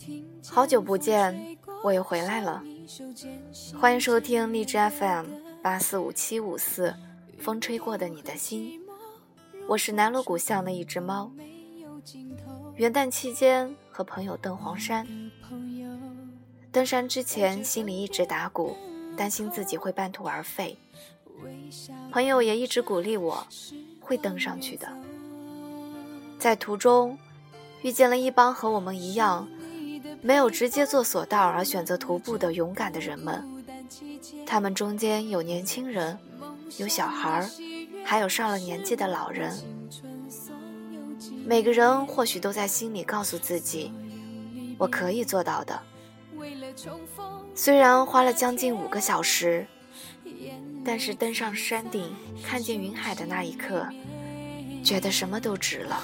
好久不见，我又回来了。欢迎收听荔枝 FM845754，风吹过的你的心。我是南锣鼓巷的一只猫。元旦期间和朋友登黄山，登山之前心里一直打鼓，担心自己会半途而废。朋友也一直鼓励我，会登上去的。在途中遇见了一帮和我们一样没有直接做索道而选择徒步的勇敢的人们，他们中间有年轻人，有小孩，还有上了年纪的老人。每个人或许都在心里告诉自己，我可以做到的。虽然花了将近5个小时，但是登上山顶看见云海的那一刻，觉得什么都值了。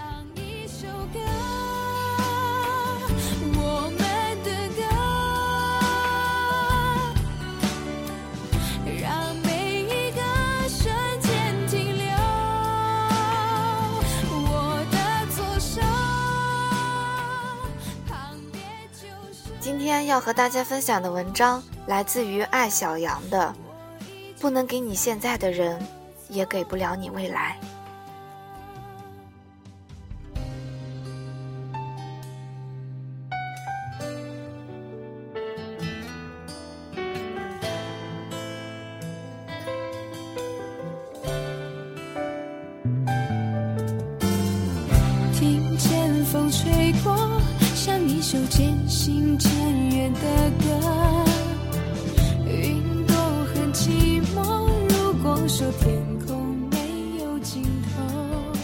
今天要和大家分享的文章来自于爱小羊的不能给你现在的人，也给不了你未来。 听见风吹过，像一首渐行渐远的歌，云朵很寂寞，如果说天空没有尽头。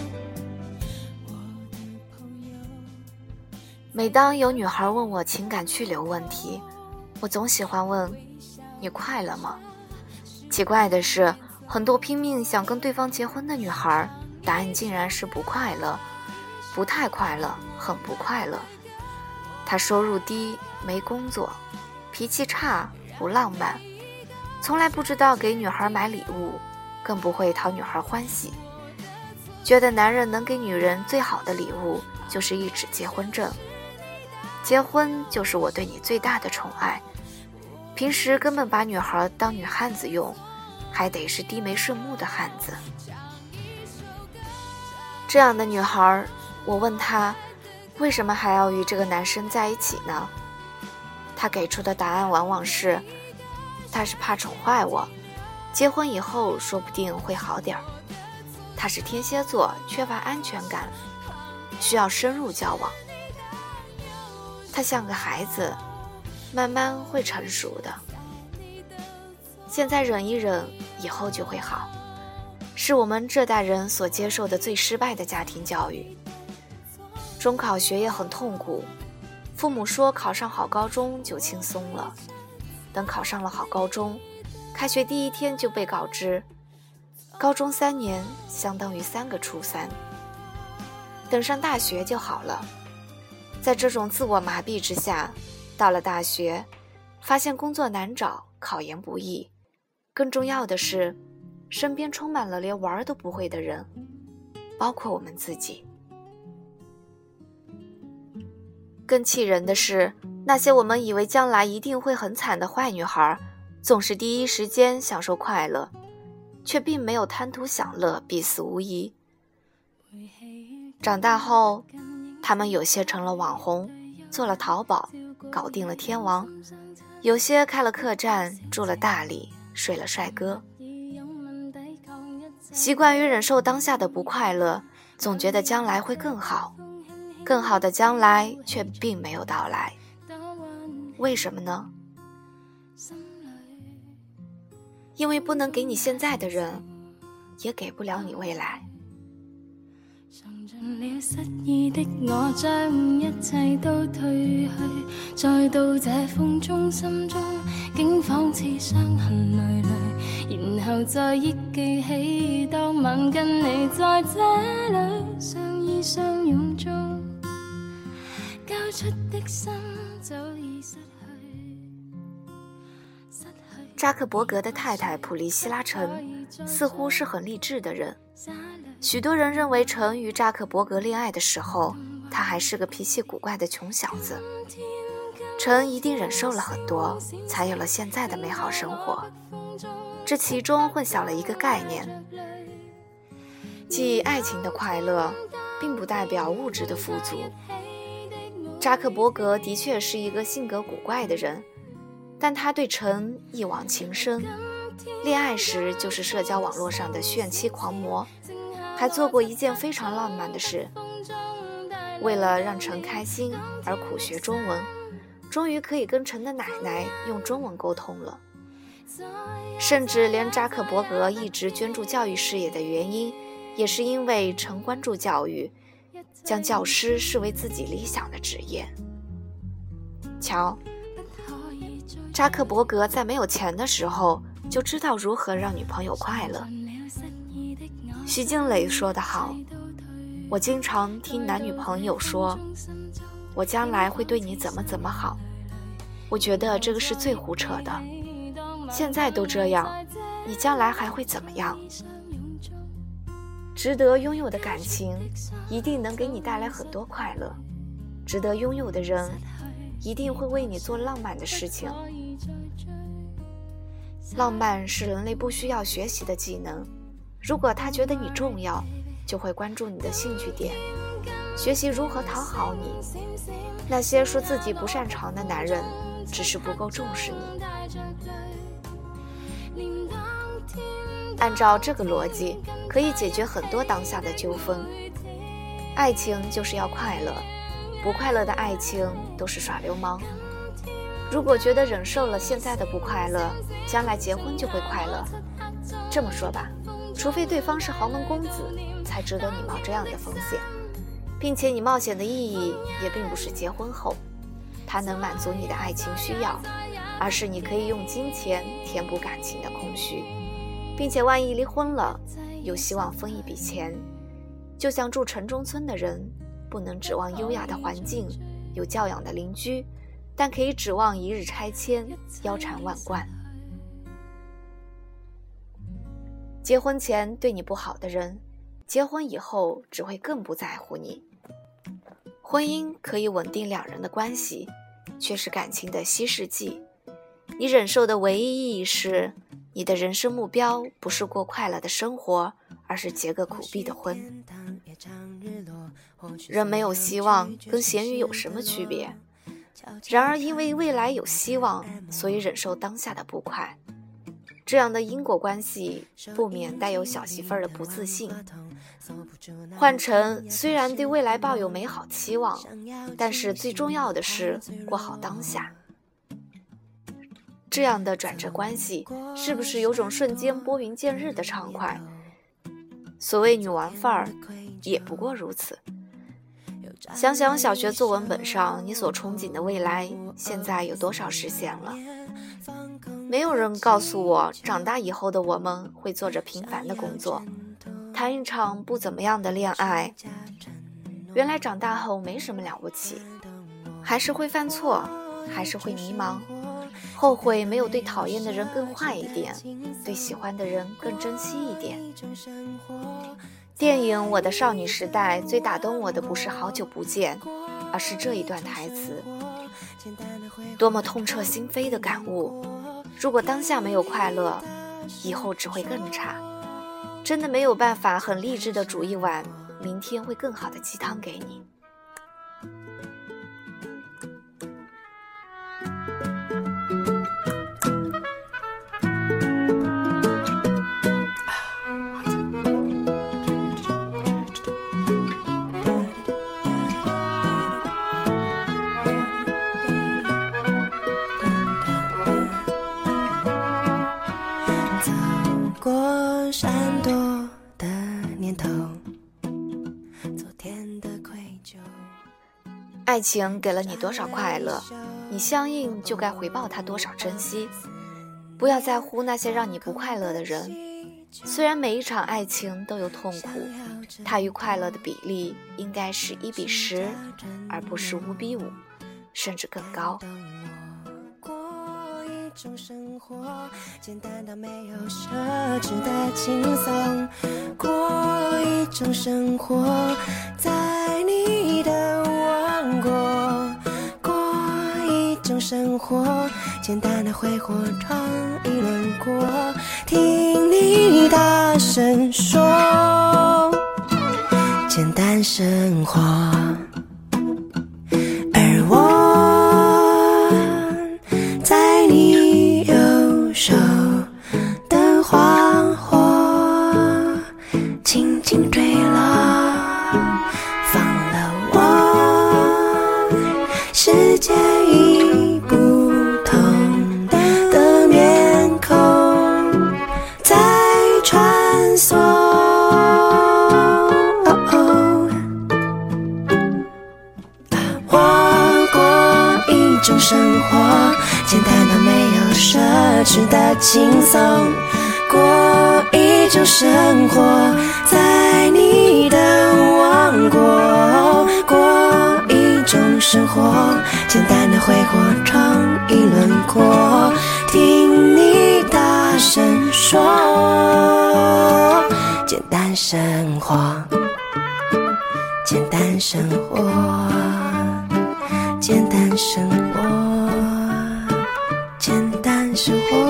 每当有女孩问我情感去留问题，我总喜欢问，你快乐吗？奇怪的是，很多拼命想跟对方结婚的女孩，答案竟然是不快乐，不太快乐，很不快乐。他收入低，没工作，脾气差，不浪漫，从来不知道给女孩买礼物，更不会讨女孩欢喜。觉得男人能给女人最好的礼物就是一纸结婚证，结婚就是我对你最大的宠爱。平时根本把女孩当女汉子用，还得是低眉顺目的汉子。这样的女孩，我问她为什么还要与这个男生在一起呢？他给出的答案往往是，他是怕宠坏我，结婚以后说不定会好点儿。他是天蝎座，缺乏安全感，需要深入交往。他像个孩子，慢慢会成熟的。现在忍一忍，以后就会好，是我们这代人所接受的最失败的家庭教育。中考学业很痛苦，父母说考上好高中就轻松了。等考上了好高中，开学第一天就被告知，高中3年相当于3个初三。等上大学就好了。在这种自我麻痹之下，到了大学，发现工作难找，考研不易，更重要的是，身边充满了连玩都不会的人，包括我们自己。更气人的是，那些我们以为将来一定会很惨的坏女孩，总是第一时间享受快乐，却并没有贪图享乐，必死无疑。长大后，他们有些成了网红，做了淘宝，搞定了天王，有些开了客栈，住了大理，睡了帅哥。习惯于忍受当下的不快乐，总觉得将来会更好，更好的将来却并没有到来。为什么呢？因为不能给你现在的人，也给不了你未来。 尝尽了失意的我，将一切都褪去，再到这風中，心中竟仿似傷痕累累，然後再憶記起當晚跟你在這裏相依相擁中，交出的心早已失去。 扎克伯格的太太普利希拉·陈似乎是很励志的人。许多人认为陈与扎克伯格恋爱的时候， 他还是个脾气古怪的穷小子。陈一定忍受了很多，才有了现在的美好生活。这其中混淆了一个概念，即爱情的快乐并不代表物质的富足。扎克伯格的确是一个性格古怪的人，但他对陈一往情深，恋爱时就是社交网络上的炫妻狂魔，还做过一件非常浪漫的事，为了让陈开心而苦学中文，终于可以跟陈的奶奶用中文沟通了。甚至连扎克伯格一直捐助教育事业的原因，也是因为陈关注教育，将教师视为自己理想的职业。瞧，扎克伯格在没有钱的时候就知道如何让女朋友快乐。徐静蕾说得好，我经常听男女朋友说，我将来会对你怎么怎么好，我觉得这个是最胡扯的。现在都这样，你将来还会怎么样？值得拥有的感情一定能给你带来很多快乐，值得拥有的人一定会为你做浪漫的事情。浪漫是人类不需要学习的技能，如果他觉得你重要，就会关注你的兴趣点，学习如何讨好你。那些说自己不擅长的男人，只是不够重视你。按照这个逻辑，可以解决很多当下的纠纷。爱情就是要快乐，不快乐的爱情都是耍流氓。如果觉得忍受了现在的不快乐，将来结婚就会快乐。这么说吧，除非对方是豪门公子，才值得你冒这样的风险，并且你冒险的意义也并不是结婚后他能满足你的爱情需要，而是你可以用金钱填补感情的空虚，并且万一离婚了，有希望分一笔钱。就像住城中村的人，不能指望优雅的环境，有教养的邻居，但可以指望一日拆迁，腰缠万贯。结婚前对你不好的人，结婚以后只会更不在乎你。婚姻可以稳定两人的关系，却是感情的稀释剂。你忍受的唯一意义是，你的人生目标不是过快乐的生活，而是结个苦逼的婚。人没有希望，跟咸鱼有什么区别？然而因为未来有希望，所以忍受当下的不快。这样的因果关系不免带有小媳妇儿的不自信。换成虽然对未来抱有美好期望，但是最重要的是过好当下。这样的转折关系，是不是有种瞬间拨云见日的畅快？所谓女王范儿，也不过如此。想想小学作文本上你所憧憬的未来，现在有多少实现了？没有人告诉我，长大以后的我们会做着平凡的工作，谈一场不怎么样的恋爱。原来长大后没什么了不起，还是会犯错，还是会迷茫，后悔没有对讨厌的人更坏一点，对喜欢的人更珍惜一点。电影《我的少女时代》最打动我的不是好久不见，而是这一段台词，多么痛彻心扉的感悟。如果当下没有快乐，以后只会更差。真的没有办法很励志的煮一碗明天会更好的鸡汤给你。爱情给了你多少快乐，你相应就该回报他多少珍惜。不要在乎那些让你不快乐的人，虽然每一场爱情都有痛苦，它与快乐的比例应该是1:10，而不是5:5，甚至更高。 种生活，简单到没有奢侈的轻松，过一种生活，在你的王国，过一种生活，简单的挥霍闯一轮过，听你大声说，简单生活。而我在你右手的花火轻轻坠落，放了我世界已不同的面孔在穿梭。一种生活，简单到没有奢侈的轻松，过一种生活，在你的王国，过一种生活，简单的挥霍闯一轮过，听你大声说，简单生活，简单生活，简单生活，简单生活。